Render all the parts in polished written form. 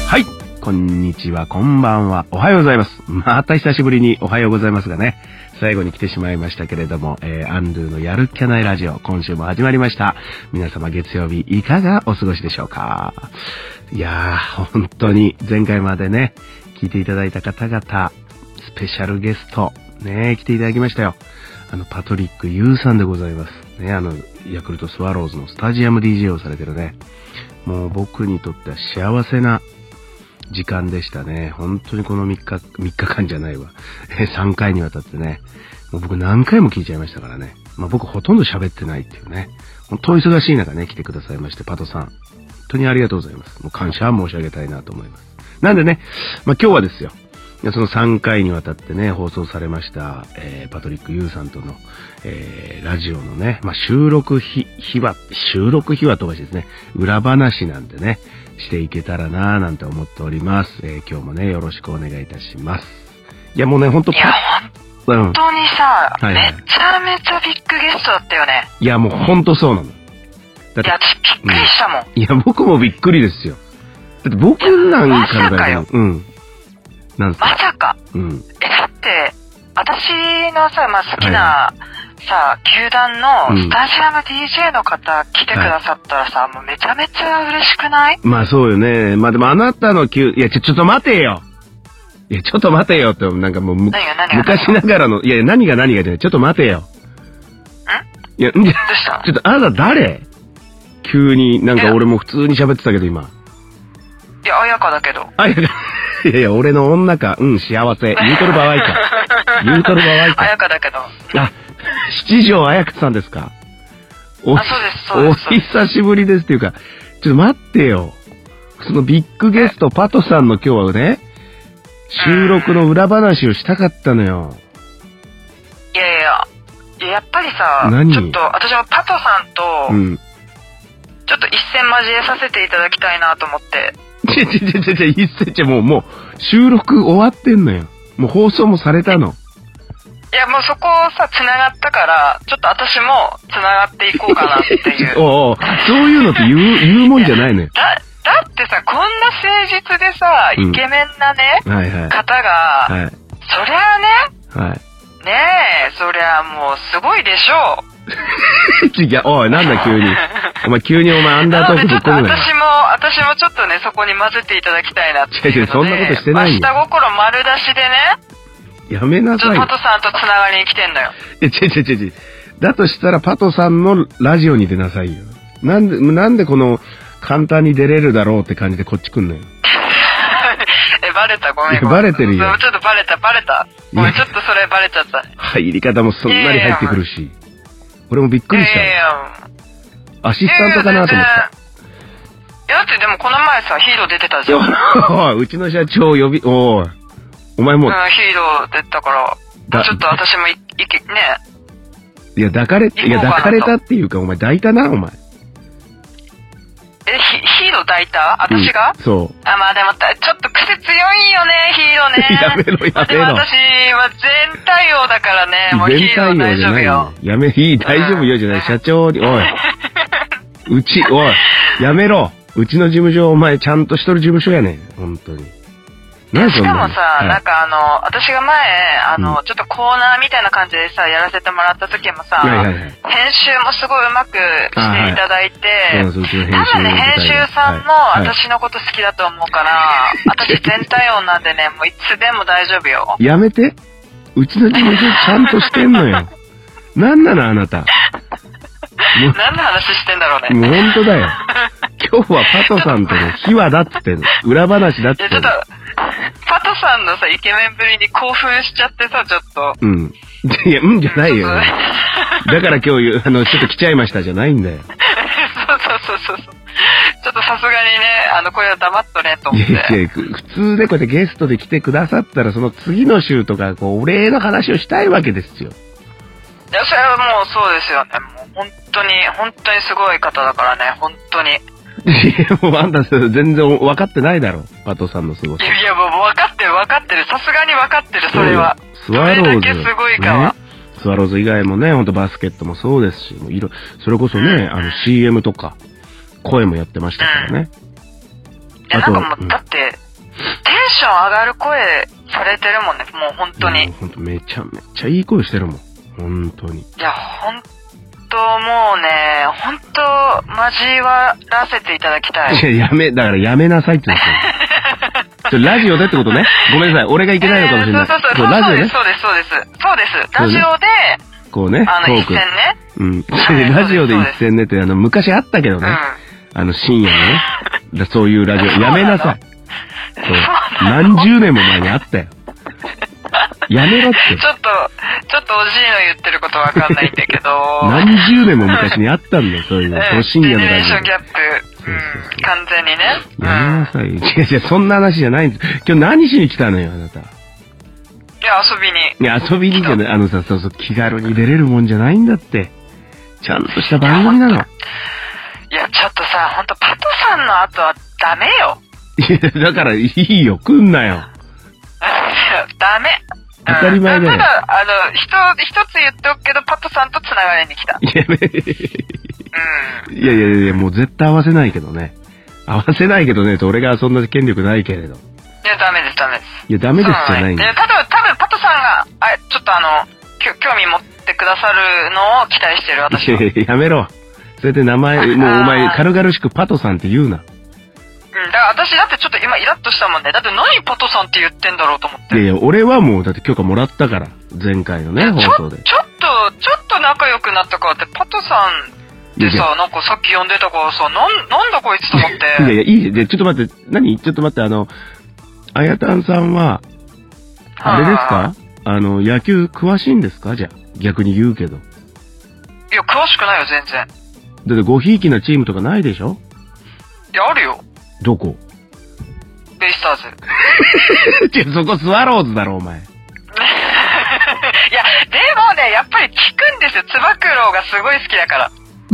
はい、こんにちは、こんばんは、おはようございます。また久しぶりにおはようございますがね、最後に来てしまいましたけれども、アンドゥのやるっきゃないラジオ、今週も始まりました。皆様月曜日いかがお過ごしでしょうか。いやー、本当に前回までね、聞いていただいた方々、スペシャルゲスト、ね、来ていただきましたよ。パトリック・ユーさんでございます。ね、ヤクルトスワローズのスタジアム DJ をされてるね。もう僕にとっては幸せな時間でしたね。本当にこの3日間じゃないわ。3回にわたってね。もう僕何回も聞いちゃいましたからね。まあ僕ほとんど喋ってないっていうね。本当忙しい中ね、来てくださいまして、パトさん。本当にありがとうございます。もう感謝申し上げたいなと思います。なんでね、まあ今日はですよ。その3回にわたってね、放送されました、パトリック・ユーさんとの、ラジオのね、まあ、収録秘話とかですね、裏話なんてね、していけたらなぁなんて思っております。今日もね、よろしくお願いいたします。いや、もうね、本当にさ、 はいはい、めちゃめちゃビッグゲストだったよね。 いや、もう本当そうなの。だって、 いや、私びっくりしたもん。 いや、僕もびっくりですよ。だって僕なんかのまさかよ。 なんまさか。だって、私のさ、まあ、好きな、さ、球団のスタジアム DJ の方来てくださったらさ、もうめちゃめちゃ嬉しくない？ まあそうよね。まあでもあなたのいや、ちょっと待てよ。いや、ちょっと待てよって、なんかもう昔ながらの、いや、何がじゃない。ちょっと待てよ。いや、どうしたちょっとあなた誰？急になんか俺も普通に喋ってたけど今。 いや、綾香だけど。 いや、俺の女か。幸せ。言うとる場合か。 綾香だけど。 あ、七条綾香さんですか。 そうです。 お久しぶりですっていうか、ちょっと待ってよ。そのビッグゲスト、パトさんの今日はね、収録の裏話をしたかったのよ。 いや、やっぱりさ、ちょっと、私もパトさんと、ちょっと一戦交えさせていただきたいなと思って。 もう、収録終わってんのよ。もう放送もされたの。 いや、もうそこさ、繋がったから、ちょっと私も繋がっていこうかなっていう。 そういうのって言うもんじゃないのよ。 だってさ、こんな誠実でさ、イケメンなね、方が、そりゃあね、ねえ、そりゃもうすごいでしょう。 いや、おい、なんだ急に。お前急にアンダートークぶっ込むなよ。 私もちょっとね、そこに混ぜていただきたいなっていうので。 そんなことしてないよ。 下心丸出しでね。 やめなさいよ。 ちょっとパトさんと繋がりに来てんのよ。 だとしたらパトさんのラジオに出なさいよ。なんでこの、簡単に出れるだろうって感じでこっち来んのよ。 バレた、ごめん。 バレてるよ。 ちょっとバレた。ごめん、ちょっとそれバレちゃった。 入り方もすんなり入ってくるし。俺もびっくりした。アシスタントかなと思った。 だってでもこの前さ、ヒーロー出てたじゃん。 うちの社長お前もう。 ヒーロー出たから、ちょっと私もね。 いや、抱かれたっていうか、お前抱いたな、お前。 ヒーロー抱いた？私が？ そう。 まあでも、ちょっと癖強いよね、ヒーローね。 やめろ。 でも私は全対応だからね、もうヒーロー大丈夫よ。 大丈夫よじゃない、社長に、おい。やめろ。うちの事務所、お前ちゃんとしとる事務所やねん、本当に。 しかもさ、なんか私が前、ちょっとコーナーみたいな感じでさ、やらせてもらった時もさ、編集もすごいうまくしていただいて、多分ね、編集さんも私のこと好きだと思うから、私全体音なんでね、もういつでも大丈夫よ。 やめて。うちの事務所ちゃんとしてんのよ。なんなのあなた。 何の話してんだろうね。 もう本当だよ。今日はパトさんとの秘話だっつってんの。裏話だっつってんの。 パトさんのさ、イケメンぶりに興奮しちゃってさ、ちょっと。 いや、じゃないよ。だから今日、ちょっと来ちゃいましたじゃないんだよ。 そう。ちょっとさすがにね、これは黙っとね、と思って。 いや、普通でこうやってゲストで来てくださったら、その次の週とか、お礼の話をしたいわけですよ。 いや、それはもうそうですよね。もう本当にすごい方だからね、本当に。 いや、もうあんた全然分かってないだろ、パトさんのすごさ。 いや、もう分かってる。さすがに分かってる、それは。 スワローズ。 どれだけすごいかは。 スワローズ以外もね、ほんとバスケットもそうですし、それこそね、CM とか、声もやってましたからね。 なんかもう、だって、テンション上がる声されてるもんね、もう本当に。 ほんとめちゃめちゃいい声してるもん。本当に。 いや、本当もうね、本当交わらせていただきたい。 いや、だからやめなさいって言うんですよ。ラジオでってことね。ごめんなさい。俺がいけないのかもしれない。 そう、ラジオね。そうです。ラジオで、 こうね、トーク。 一戦ね。 うん。ラジオで一戦ねって、昔あったけどね。深夜のね。そういうラジオ。やめなさい。そう。何十年も前にあったよ。やめろって。 ちょっとおじいの言ってることわかんないんだけど。 何十年も昔にあったんだよ、そういうの。深夜のラジオ。 ジェネレーションギャップ。完全にね。 やめなさい。違う、そんな話じゃないんです。今日何しに来たのよ、あなた。 いや、遊びに。 いや、遊びにじゃない。そう、気軽に出れるもんじゃないんだって。ちゃんとした番組なの。 いや、ちょっとさ、ほんと、パトさんの後はダメよ。 いや、だからいいよ、来んなよ。 ダメ。 当たり前だよ。 ただ、一つ言っておくけど、パトさんと繋がりに来た。 いや、もう絶対合わせないけどね。合わせないけどね、俺がそんな権力ないけれど。 いや、ダメです。 いや、ダメですじゃないんだよ。 多分、パトさんが、ちょっと興味持ってくださるのを期待してる、私は。 いや、やめろ。それで名前、もうお前、軽々しくパトさんって言うな。 だから私だってちょっと今イラッとしたもんね。だって何パトさんって言ってんだろうと思って。 いや、俺はもうだって許可もらったから。前回のね、放送で。 ちょっと仲良くなったからって、パトさんってさ、なんかさっき呼んでたからさ、なんだこいつと思って。 いや、いい。で、ちょっと待って、ちょっと待って、あやたんさんは、あれですか？野球詳しいんですか？じゃあ、逆に言うけど。 いや、詳しくないよ、全然。 だってごひいきなチームとかないでしょ？ いや、あるよ。 どこ？ ベイスターズ。 いや、そこスワローズだろ、お前。 いや、でもね、やっぱり聞くんですよ。つば九郎がすごい好きだから。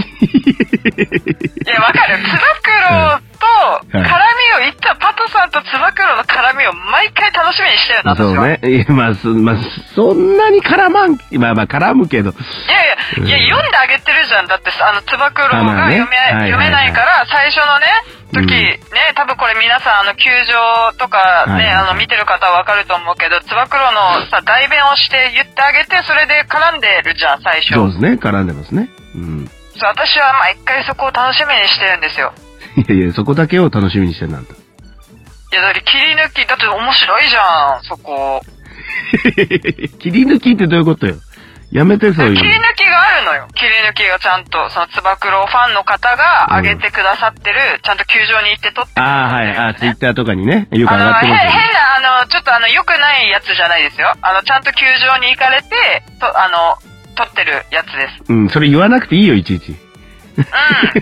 いや、わかる。つば九郎と絡みを言ったパトさんとつば九郎の絡みを毎回楽しみにしてるな、 そうね。いや、まあ、そんなに絡まん、まあ絡むけど。 いや、読んであげてるじゃん。だってさ、つば九郎が読めないから、最初のね、時、ね、多分これ皆さん、球場とかね、見てる方はわかると思うけど、つば九郎のさ、代弁をして言ってあげて、それで絡んでるじゃん、最初。 そうですね、絡んでますね。うん。 そう、私は毎回そこを楽しみにしてるんですよ。 いや、そこだけを楽しみにしてるなんだ。いや、だって切り抜き、だって面白いじゃん、そこ。 切り抜きってどういうことよ。やめて、そういう。 切り抜きがあるのよ。切り抜きがちゃんと、そのつば九郎ファンの方が上げてくださってる、ちゃんと球場に行って撮ってる、ね。 はい。ツイッターとかにね、よく上がってますよね。 変な、ちょっと良くないやつじゃないですよ。ちゃんと球場に行かれて、撮ってるやつです。 うん、それ言わなくていいよ、いちいち。 うん。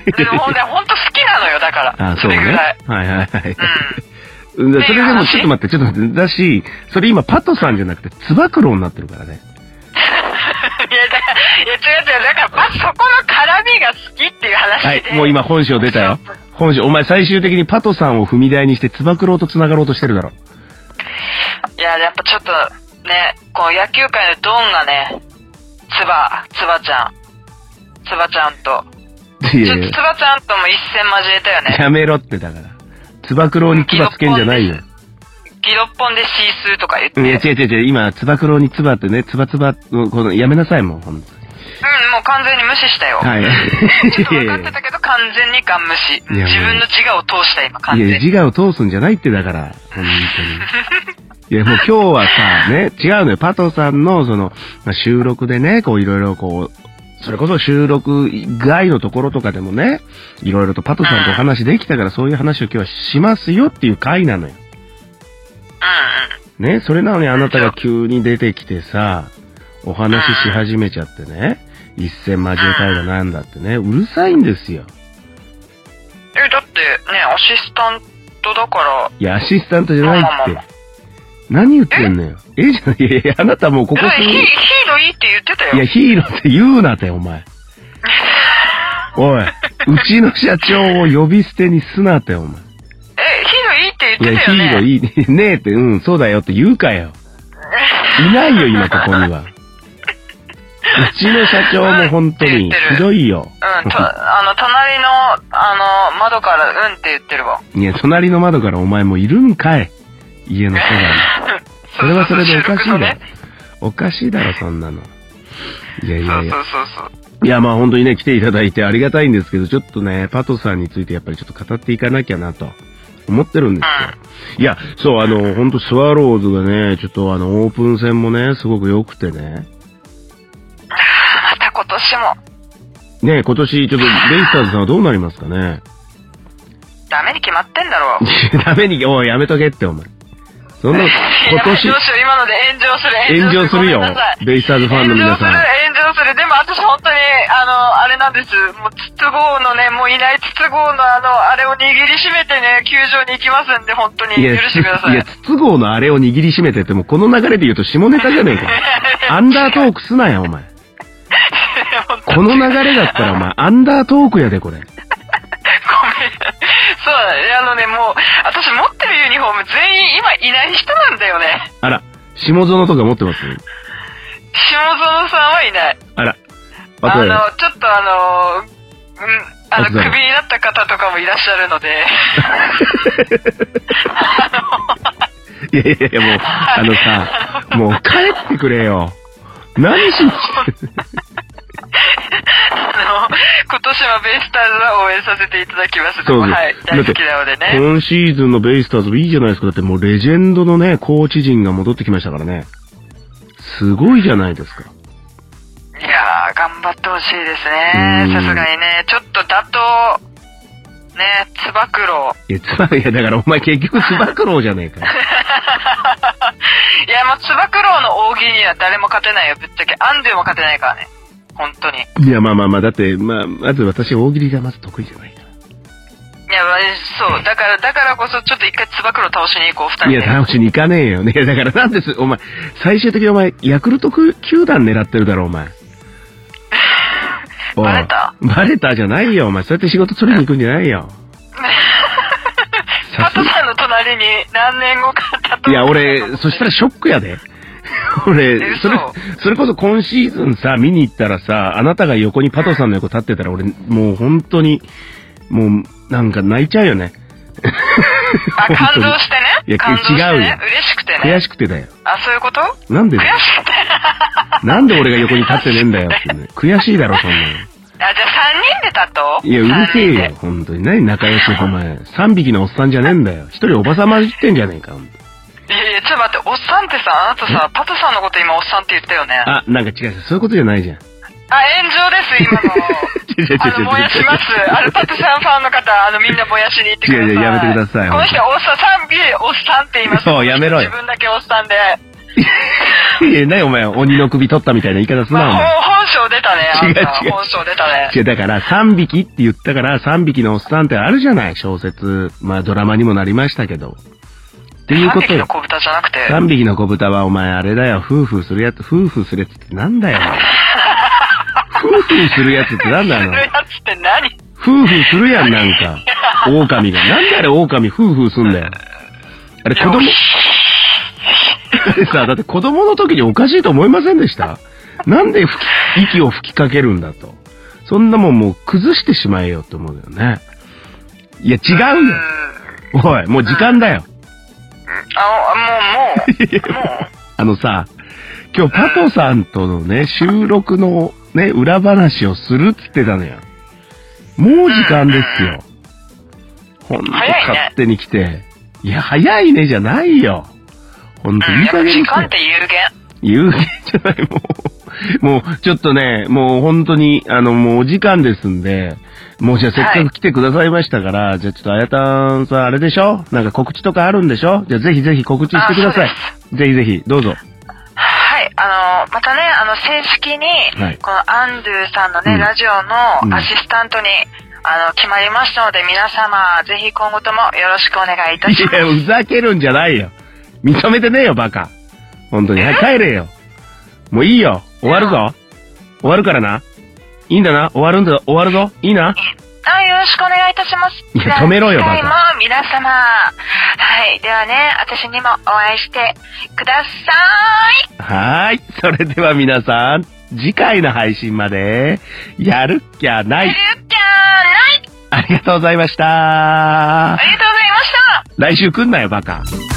でもほんと好きなのよ、だから。それぐらい。 はい。うん。それでもちょっと待って。だし、それ今パトさんじゃなくて、つば九郎になってるからね。 いや、違う。だから、そこの絡みが好きっていう話で。 はい、もう今本性出たよ。お前最終的にパトさんを踏み台にして、つば九郎と繋がろうとしてるだろ。 いや、やっぱちょっと、ね、この野球界のドンがね、つばちゃんと。つばちゃんとも一戦交えたよね。 やめろってだから。つば九郎につばつけんじゃないよ。 ギロッポンでシースーとか言って。 違う。今、つば九郎につばってね、つば、やめなさいもん、ほんとに。 もう完全に無視したよ。はい。ちょっと分かってたけど、完全にガン無視。自分の自我を通した今、完全に。 いや、自我を通すんじゃないってだから、ほんとに。いや、もう今日はさ、ね、違うのよ。パトさんの、収録でね、こういろいろこう、それこそ収録外のところとかでもね、いろいろとパトさんとお話できたから、そういう話を今日はしますよっていう回なのよ。ね、それなのにあなたが急に出てきてさ、お話しし始めちゃってね、一戦交えたいだなんだってね、うるさいんですよ。 だってね、アシスタントだから。 いや、アシスタントじゃないって。何言ってんのよ。じゃない。いや、あなたもうここヒーローいいって言ってたよ。 いや、ヒーローって言うなって、お前。おい、うちの社長を呼び捨てにすなって、お前。 ヒーローいいって言ってたよね。 いや、ヒーローいいねえって、そうだよって言うかよ。いないよ、今ここには。うちの社長も本当にひどいよ。 隣の窓からうんって言ってるわ。 いや、隣の窓からお前もいるんかい。家のそばに。それはそれでおかしいだろ。おかしいだろ、そんなの。いやいやいや。そう。いや、まあ本当にね、来ていただいてありがたいんですけど、ちょっとね、パトさんについてやっぱりちょっと語っていかなきゃなと思ってるんですよ。いや、そう、本当スワローズがね、ちょっとオープン戦もね、すごく良くてね。 また今年も。 ね、今年、ちょっと、ベイスターズさんはどうなりますかね。 ダメに決まってんだろ。 ダメに、おい、やめとけって、お前。そんな、今年。 どうしよう、今ので炎上する。 炎上するよ。ベイスターズファンの皆さん。 炎上する。でも私本当に、あれなんです。もう、筒香のね、もういない筒香のあれを握りしめてね、球場に行きますんで、本当に許してください。 いや、筒香のあれを握りしめてって、もうこの流れで言うと下ネタじゃねえか。アンダートークすなよ、お前。この流れだったらお前、アンダートークやで、これ。ごめん。 そうだね、もう、私持ってるユニフォーム全員今いない人なんだよね。 あら、下園とか持ってます？ 下園さんはいない。 あら。 ちょっとクビになった方とかもいらっしゃるので。 いや、もう帰ってくれよ。何しに来てる今年はベイスターズは応援させていただきます。 そうです。 はい、大好きなのでね。 今シーズンのベイスターズいいじゃないですか。だってもうレジェンドのね、コーチ陣が戻ってきましたからね。すごいじゃないですか。 いやー、頑張ってほしいですね。さすがにね、ちょっとだと、ね、つば九郎。 いや、だからお前結局つば九郎じゃねえか。 いや、もうつば九郎の大喜利には誰も勝てないよ、ぶっちゃけ。アンドゥも勝てないからね。本当に。 いや、まあ、だって、まず私大喜利がまず得意じゃないから。 いや、そう。だからこそ、ちょっと一回つば九郎倒しに行こう、二人で。 いや、倒しに行かねえよね。だからなんです、お前、最終的にお前、ヤクルト球団狙ってるだろ、お前。 バレたじゃないよ、お前。そうやって仕事取りに行くんじゃないよ。 パトさんの隣に何年後か経った。 いや、俺、そしたらショックやで。俺、それこそ今シーズンさ、見に行ったらさ、あなたが横にパトさんの横立ってたら、俺、もう本当に、もう、なんか泣いちゃうよね。 感動してね。 いや、違うよ。 嬉しくてね。 悔しくてだよ。 あ、そういうこと？ なんでだよ。 悔しくて。 なんで俺が横に立ってねえんだよってね。悔しいだろ、そんなの。 あ、じゃあ3人で立とう？ いや、うるせえよ、本当に。何仲良し、お前。3匹のおっさんじゃねえんだよ。1人おばさまじってんじゃねえか、ほんと。 いや、ちょっと待って、おっさんってさ、あなたさ、パトさんのこと今おっさんって言ったよね。 あ、なんか違う、そういうことじゃないじゃん。 あ、炎上です、今の。燃やします。パトさんファンの方、みんな燃やしに行ってください。 いや、やめてください。 この人、おっさん、おっさんって言います。 そう、やめろよ。 自分だけおっさんで。 いや、ね、お前、鬼の首取ったみたいな言い方すな、お前。 本性出たね。 違う。 本性出たね。 違う、だから3匹って言ったから3匹のおっさんってあるじゃない、小説。まあ、ドラマにもなりましたけど。っていうことよ。 3匹の小豚じゃなくて。 3匹の小豚はお前あれだよ、夫婦するやつってなんだよ。夫婦するやつってなんだよ。 するやつって何？ 夫婦するやん、なんか。狼が。なんであれ狼夫婦すんだよ。あれ子供さ、だって子供の時におかしいと思いませんでした？なんで息を吹きかけるんだと。そんなもんもう崩してしまえよって思うよね。いや、違うよ。おい、もう時間だよ。 もう。 さ、今日パトさんとのね、収録のね、裏話をするって言ってたのよ。もう時間ですよ。ほんと勝手に来て。いや、早いねじゃないよ。ほんといい加減にして。 時間って有限じゃない、もう、ちょっとね、もう本当に、もうお時間ですんで、もうじゃあせっかく来てくださいましたから、じゃあちょっとあやたんさんあれでしょ？なんか告知とかあるんでしょ？じゃあぜひぜひ告知してください。ぜひぜひ、どうぞ。 はい、またね、正式に、このアンドゥさんのね、ラジオのアシスタントに、決まりましたので、皆様、ぜひ今後ともよろしくお願いいたします。 いや、ふざけるんじゃないよ。認めてねえよ、バカ。本当に。はい、帰れよ。もういいよ。終わるぞ。終わるからな。いいんだな。終わるぞ。いいな。 よろしくお願いいたします。 いや、止めろよ、バカ。 次回も皆様、はい。ではね、私にもお会いしてください。はい。それでは皆さん、次回の配信まで、やるっきゃない。 ありがとうございました。 ありがとうございました。 来週来んなよ、バカ。